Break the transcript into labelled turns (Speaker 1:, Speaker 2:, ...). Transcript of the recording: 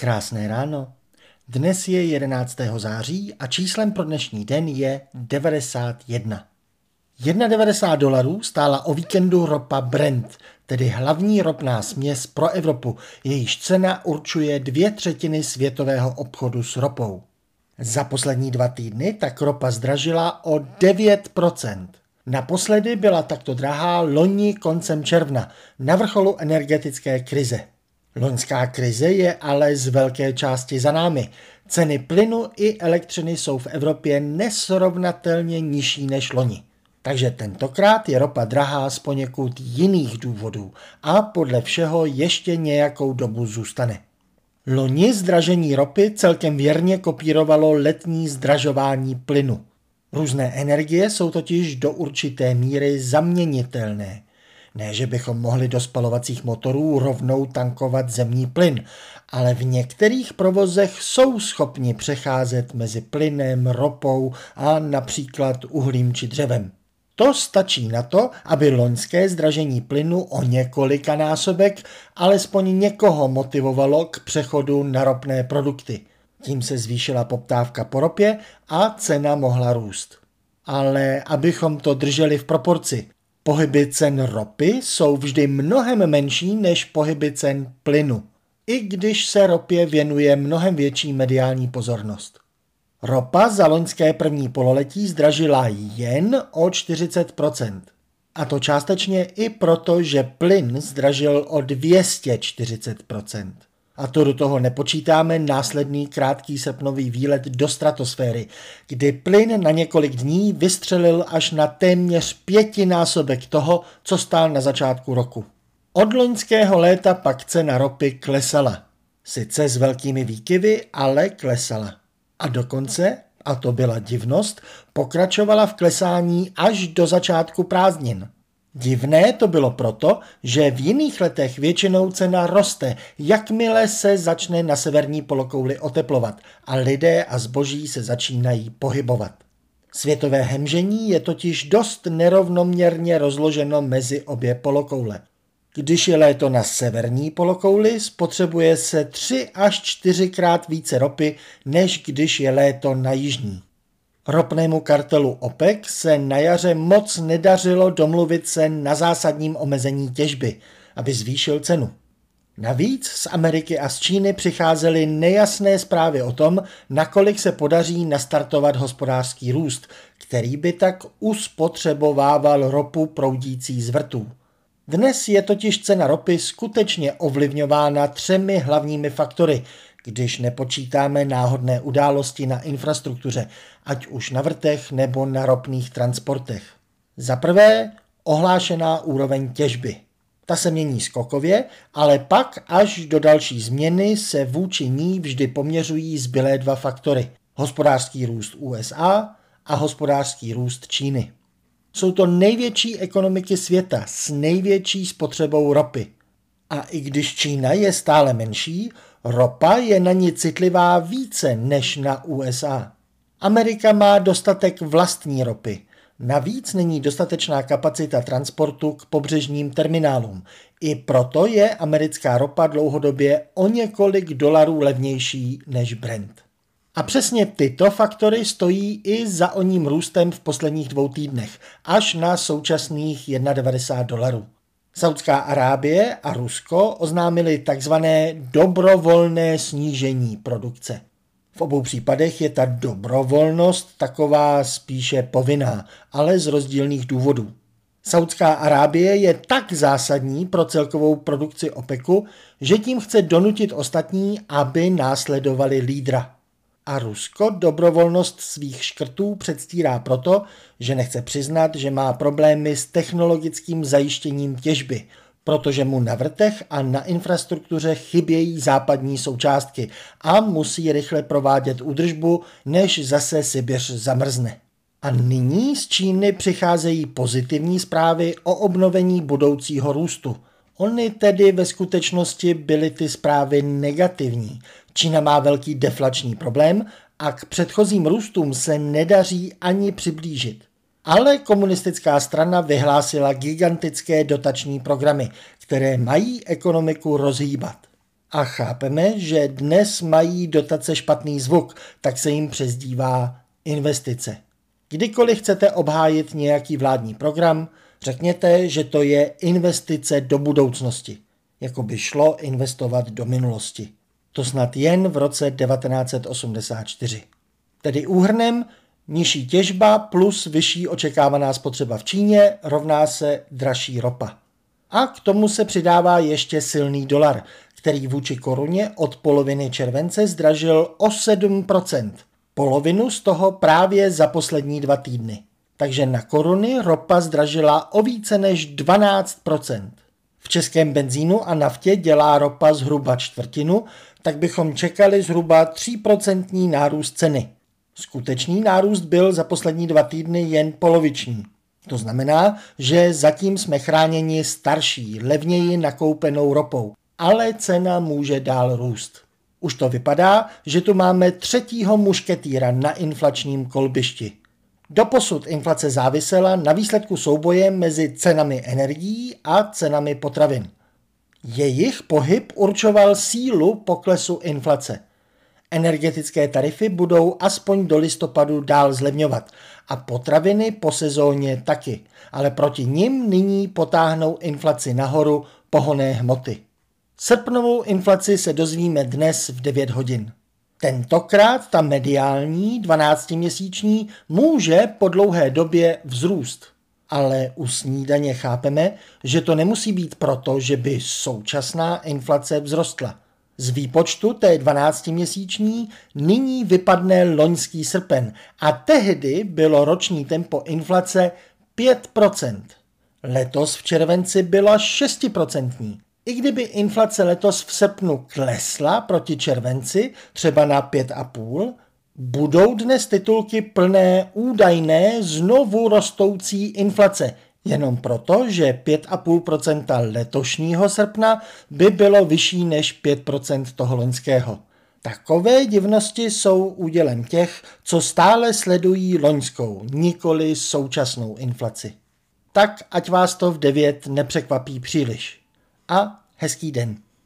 Speaker 1: Krásné ráno. Dnes je 11. září a číslem pro dnešní den je 91. $1,90 stála o víkendu ropa Brent, tedy hlavní ropná směs pro Evropu, jejíž cena určuje 2/3 světového obchodu s ropou. Za poslední 2 týdny tak ropa zdražila o 9%. Naposledy byla takto drahá loni koncem června, na vrcholu energetické krize. Loňská krize je ale z velké části za námi. Ceny plynu i elektřiny jsou v Evropě nesrovnatelně nižší než loni. Takže tentokrát je ropa drahá z poněkud jiných důvodů a podle všeho ještě nějakou dobu zůstane. Loni zdražení ropy celkem věrně kopírovalo letní zdražování plynu. Různé energie jsou totiž do určité míry zaměnitelné. Ne, že bychom mohli do spalovacích motorů rovnou tankovat zemní plyn, ale v některých provozech jsou schopni přecházet mezi plynem, ropou a například uhlím či dřevem. To stačí na to, aby loňské zdražení plynu o několikanásobek alespoň někoho motivovalo k přechodu na ropné produkty. Tím se zvýšila poptávka po ropě a cena mohla růst. Ale abychom to drželi v proporci, pohyby cen ropy jsou vždy mnohem menší než pohyby cen plynu, i když se ropě věnuje mnohem větší mediální pozornost. Ropa za loňské první pololetí zdražila jen o 40%. A to částečně i proto, že plyn zdražil o 240%. A to do toho nepočítáme následný krátký srpnový výlet do stratosféry, kdy plyn na několik dní vystřelil až na téměř 5násobek toho, co stál na začátku roku. Od loňského léta pak cena ropy klesala. Sice s velkými výkyvy, ale klesala. A dokonce, a to byla divnost, pokračovala v klesání až do začátku prázdnin. Divné to bylo proto, že v jiných letech většinou cena roste, jakmile se začne na severní polokouli oteplovat a lidé a zboží se začínají pohybovat. Světové hemžení je totiž dost nerovnoměrně rozloženo mezi obě polokoule. Když je léto na severní polokouli, spotřebuje se 3 až 4krát více ropy, než když je léto na jižní. Ropnému kartelu OPEC se na jaře moc nedařilo domluvit se na zásadním omezení těžby, aby zvýšil cenu. Navíc z Ameriky a z Číny přicházely nejasné zprávy o tom, nakolik se podaří nastartovat hospodářský růst, který by tak uspotřebovával ropu proudící z vrtů. Dnes je totiž cena ropy skutečně ovlivňována 3 hlavními faktory, když nepočítáme náhodné události na infrastruktuře, ať už na vrtech nebo na ropných transportech. Za prvé, ohlášená úroveň těžby. Ta se mění skokově, ale pak až do další změny se vůči ní vždy poměřují zbylé 2 faktory. Hospodářský růst USA a hospodářský růst Číny. Jsou to největší ekonomiky světa s největší spotřebou ropy. A i když Čína je stále menší, ropa je na ní citlivá více než na USA. Amerika má dostatek vlastní ropy. Navíc není dostatečná kapacita transportu k pobřežním terminálům. I proto je americká ropa dlouhodobě o několik dolarů levnější než Brent. A přesně tyto faktory stojí i za oním růstem v posledních 2 týdnech, až na současných $91. Saudská Arábie a Rusko oznámili takzvané dobrovolné snížení produkce. V obou případech je ta dobrovolnost taková spíše povinná, ale z rozdílných důvodů. Saudská Arábie je tak zásadní pro celkovou produkci OPECu, že tím chce donutit ostatní, aby následovali lídra. A Rusko dobrovolnost svých škrtů předstírá proto, že nechce přiznat, že má problémy s technologickým zajištěním těžby, protože mu na vrtech a na infrastruktuře chybějí západní součástky a musí rychle provádět údržbu, než zase Sibiř zamrzne. A nyní z Číny přicházejí pozitivní zprávy o obnovení budoucího růstu. Ony tedy ve skutečnosti byly ty zprávy negativní. Čína má velký deflační problém a k předchozím růstům se nedaří ani přiblížit. Ale komunistická strana vyhlásila gigantické dotační programy, které mají ekonomiku rozhýbat. A chápeme, že dnes mají dotace špatný zvuk, tak se jim přezdívá investice. Kdykoliv chcete obhájit nějaký vládní program, řekněte, že to je investice do budoucnosti, jako by šlo investovat do minulosti. To snad jen v roce 1984. Tedy úhrnem nižší těžba plus vyšší očekávaná spotřeba v Číně rovná se dražší ropa. A k tomu se přidává ještě silný dolar, který vůči koruně od poloviny července zdražil o 7%. Polovinu z toho právě za poslední 2 týdny. Takže na koruny ropa zdražila o více než 12%. V českém benzínu a naftě dělá ropa zhruba čtvrtinu, tak bychom čekali zhruba 3% nárůst ceny. Skutečný nárůst byl za poslední 2 týdny jen poloviční. To znamená, že zatím jsme chráněni starší, levněji nakoupenou ropou, ale cena může dál růst. Už to vypadá, že tu máme 3. mušketýra na inflačním kolbišti. Doposud inflace závisela na výsledku souboje mezi cenami energií a cenami potravin. Jejich pohyb určoval sílu poklesu inflace. Energetické tarify budou aspoň do listopadu dál zlevňovat a potraviny po sezóně taky, ale proti nim nyní potáhnou inflaci nahoru pohonné hmoty. Srpnovou inflaci se dozvíme dnes v 9 hodin. Tentokrát ta mediální 12měsíční může po dlouhé době vzrůst. Ale u snídaně chápeme, že to nemusí být proto, že by současná inflace vzrostla. Z výpočtu té 12měsíční nyní vypadne loňský srpen a tehdy bylo roční tempo inflace 5%. Letos v červenci bylo 6%. I kdyby inflace letos v srpnu klesla proti červenci, třeba na 5,5%, budou dnes titulky plné údajné znovu rostoucí inflace, jenom proto, že 5,5% letošního srpna by bylo vyšší než 5% toho loňského. Takové divnosti jsou údělem těch, co stále sledují loňskou, nikoli současnou inflaci. Tak ať vás to v 9 nepřekvapí příliš. A hezký den.